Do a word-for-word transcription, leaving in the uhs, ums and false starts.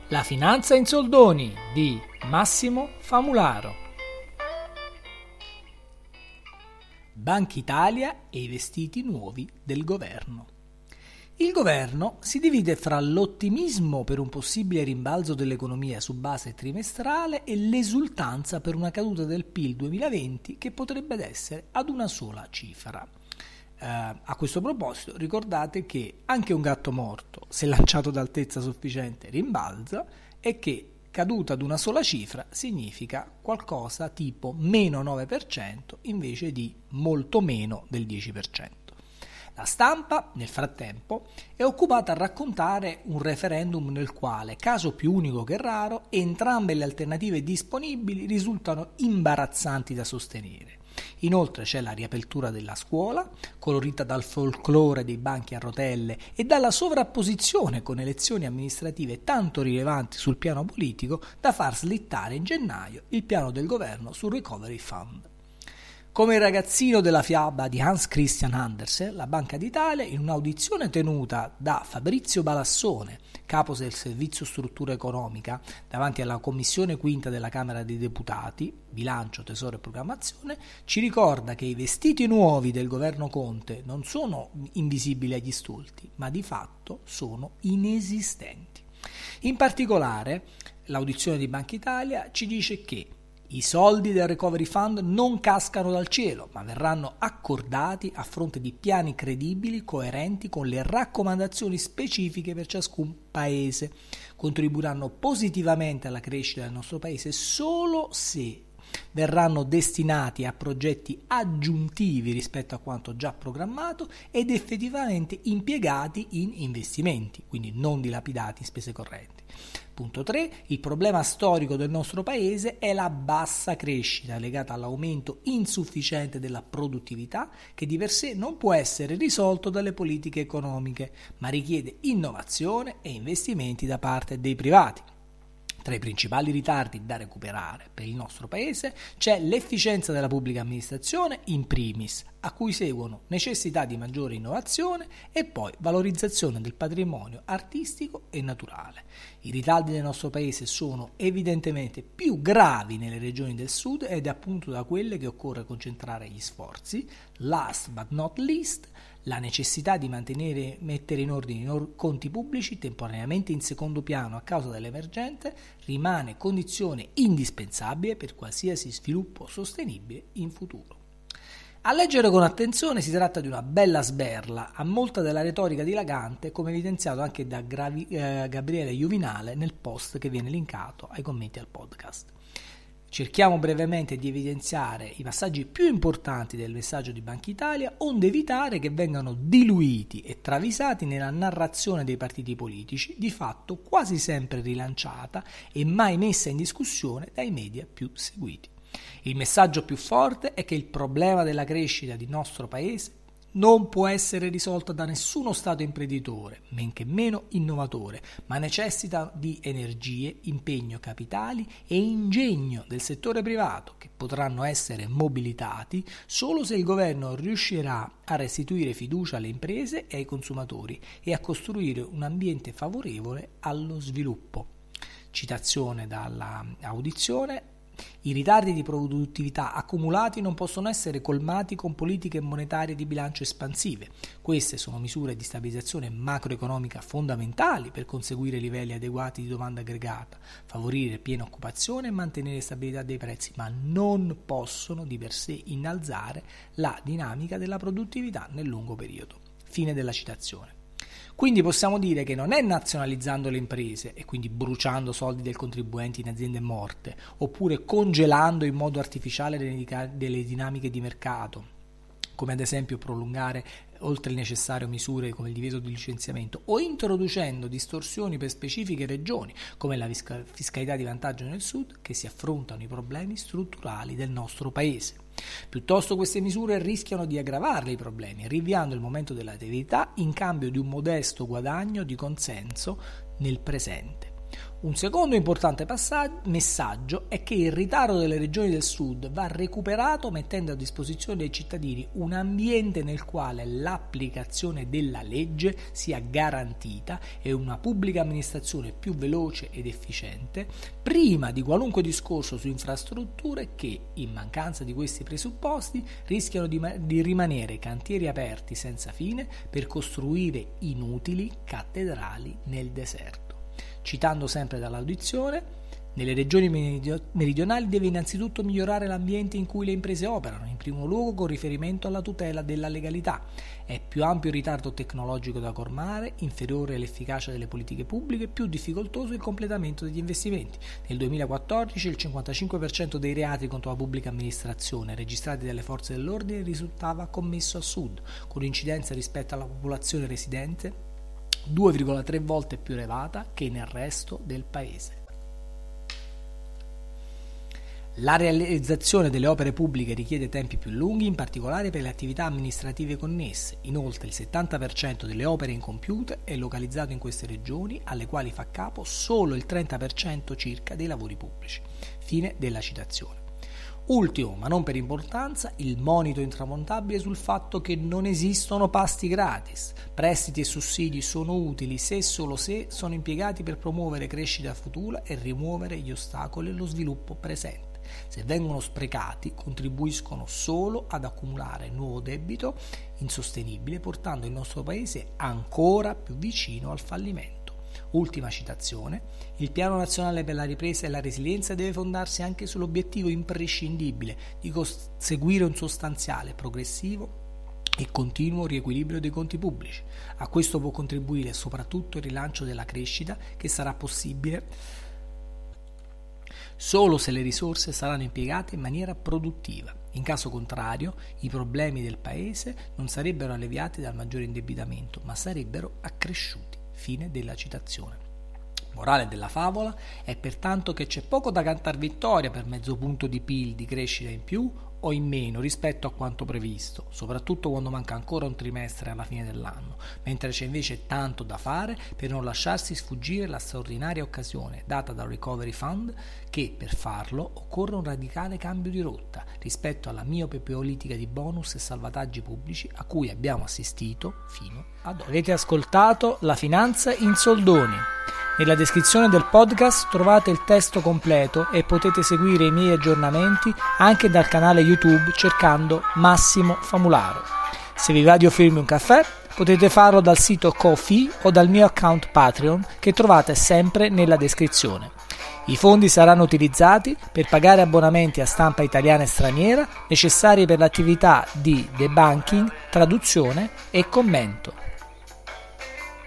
La finanza in soldoni di Massimo Famularo. Banca Italia e i vestiti nuovi del governo. Il governo si divide fra l'ottimismo per un possibile rimbalzo dell'economia su base trimestrale e l'esultanza per una caduta del P I L duemilaventi che potrebbe essere ad una sola cifra. Uh, a questo proposito ricordate che anche un gatto morto, se lanciato ad altezza sufficiente, rimbalza, e che caduta ad una sola cifra significa qualcosa tipo meno nove per cento invece di molto meno del dieci per cento. La stampa, nel frattempo, è occupata a raccontare un referendum nel quale, caso più unico che raro, entrambe le alternative disponibili risultano imbarazzanti da sostenere. Inoltre c'è la riapertura della scuola, colorita dal folklore dei banchi a rotelle e dalla sovrapposizione con elezioni amministrative tanto rilevanti sul piano politico da far slittare in gennaio il piano del governo sul Recovery Fund. Come il ragazzino della fiaba di Hans Christian Andersen, la Banca d'Italia, in un'audizione tenuta da Fabrizio Balassone, capo del Servizio Struttura Economica, davanti alla Commissione Quinta della Camera dei Deputati, Bilancio, Tesoro e Programmazione, ci ricorda che i vestiti nuovi del governo Conte non sono invisibili agli stolti, ma di fatto sono inesistenti. In particolare, l'audizione di Banca Italia ci dice che i soldi del Recovery Fund non cascano dal cielo, ma verranno accordati a fronte di piani credibili, coerenti con le raccomandazioni specifiche per ciascun paese. Contribuiranno positivamente alla crescita del nostro paese solo se verranno destinati a progetti aggiuntivi rispetto a quanto già programmato ed effettivamente impiegati in investimenti, quindi non dilapidati in spese correnti. Punto tre. Il problema storico del nostro paese è la bassa crescita legata all'aumento insufficiente della produttività, che di per sé non può essere risolto dalle politiche economiche, ma richiede innovazione e investimenti da parte dei privati. Tra i principali ritardi da recuperare per il nostro paese c'è l'efficienza della pubblica amministrazione in primis, a cui seguono necessità di maggiore innovazione e poi valorizzazione del patrimonio artistico e naturale. I ritardi del nostro paese sono evidentemente più gravi nelle regioni del sud ed è appunto da quelle che occorre concentrare gli sforzi. Last but not least, la necessità di mantenere mettere in ordine i conti pubblici temporaneamente in secondo piano a causa dell'emergente rimane condizione indispensabile per qualsiasi sviluppo sostenibile in futuro. A leggere con attenzione si tratta di una bella sberla a molta della retorica dilagante, come evidenziato anche da Gravi, eh, Gabriele Juvinale nel post che viene linkato ai commenti al podcast. Cerchiamo brevemente di evidenziare i passaggi più importanti del messaggio di Banca Italia, onde evitare che vengano diluiti e travisati nella narrazione dei partiti politici, di fatto quasi sempre rilanciata e mai messa in discussione dai media più seguiti. Il messaggio più forte è che il problema della crescita del nostro paese non può essere risolto da nessuno Stato imprenditore, men che meno innovatore, ma necessita di energie, impegno capitali e ingegno del settore privato che potranno essere mobilitati solo se il governo riuscirà a restituire fiducia alle imprese e ai consumatori e a costruire un ambiente favorevole allo sviluppo. Citazione dall'audizione: i ritardi di produttività accumulati non possono essere colmati con politiche monetarie di bilancio espansive. Queste sono misure di stabilizzazione macroeconomica fondamentali per conseguire livelli adeguati di domanda aggregata, favorire piena occupazione e mantenere stabilità dei prezzi, ma non possono di per sé innalzare la dinamica della produttività nel lungo periodo. Fine della citazione. Quindi possiamo dire che non è nazionalizzando le imprese e quindi bruciando soldi del contribuente in aziende morte, oppure congelando in modo artificiale delle dinamiche di mercato, come ad esempio prolungare oltre il necessario misure come il divieto di licenziamento, o introducendo distorsioni per specifiche regioni, come la fiscalità di vantaggio nel sud, che si affrontano i problemi strutturali del nostro paese. Piuttosto queste misure rischiano di aggravarle i problemi, rinviando il momento della verità in cambio di un modesto guadagno di consenso nel presente. Un secondo importante passaggio, messaggio è che il ritardo delle regioni del sud va recuperato mettendo a disposizione dei cittadini un ambiente nel quale l'applicazione della legge sia garantita e una pubblica amministrazione più veloce ed efficiente, prima di qualunque discorso su infrastrutture che, in mancanza di questi presupposti, rischiano di, di rimanere cantieri aperti senza fine per costruire inutili cattedrali nel deserto. Citando sempre dall'audizione, nelle regioni meridionali deve innanzitutto migliorare l'ambiente in cui le imprese operano, in primo luogo con riferimento alla tutela della legalità. È più ampio il ritardo tecnologico da colmare, inferiore l'efficacia delle politiche pubbliche, più difficoltoso il completamento degli investimenti. Nel duemilaquattordici il cinquantacinque per cento dei reati contro la pubblica amministrazione registrati dalle forze dell'ordine risultava commesso al sud, con incidenza rispetto alla popolazione residente due virgola tre volte più elevata che nel resto del paese. La realizzazione delle opere pubbliche richiede tempi più lunghi, in particolare per le attività amministrative connesse. Inoltre il settanta per cento delle opere incompiute è localizzato in queste regioni, alle quali fa capo solo il trenta per cento circa dei lavori pubblici. Fine della citazione. Ultimo, ma non per importanza, il monito intramontabile sul fatto che non esistono pasti gratis. Prestiti e sussidi sono utili se e solo se sono impiegati per promuovere crescita futura e rimuovere gli ostacoli allo sviluppo presente. Se vengono sprecati, contribuiscono solo ad accumulare nuovo debito insostenibile, portando il nostro paese ancora più vicino al fallimento. Ultima citazione: il Piano Nazionale per la Ripresa e la Resilienza deve fondarsi anche sull'obiettivo imprescindibile di conseguire un sostanziale, progressivo e continuo riequilibrio dei conti pubblici. A questo può contribuire soprattutto il rilancio della crescita, che sarà possibile solo se le risorse saranno impiegate in maniera produttiva. In caso contrario, i problemi del Paese non sarebbero alleviati dal maggiore indebitamento, ma sarebbero accresciuti. Fine della citazione. Morale della favola è pertanto che c'è poco da cantar vittoria per mezzo punto di P I L di crescita in più o in meno rispetto a quanto previsto, soprattutto quando manca ancora un trimestre alla fine dell'anno, mentre c'è invece tanto da fare per non lasciarsi sfuggire la straordinaria occasione data dal Recovery Fund, che per farlo occorre un radicale cambio di rotta rispetto alla miope politica di bonus e salvataggi pubblici a cui abbiamo assistito fino ad oggi. Avete ascoltato La Finanza in Soldoni. Nella descrizione del podcast trovate il testo completo e potete seguire i miei aggiornamenti anche dal canale YouTube cercando Massimo Famularo. Se vi va di offrirmi un caffè, potete farlo dal sito Ko-fi o dal mio account Patreon che trovate sempre nella descrizione. I fondi saranno utilizzati per pagare abbonamenti a stampa italiana e straniera necessari per l'attività di debunking, traduzione e commento.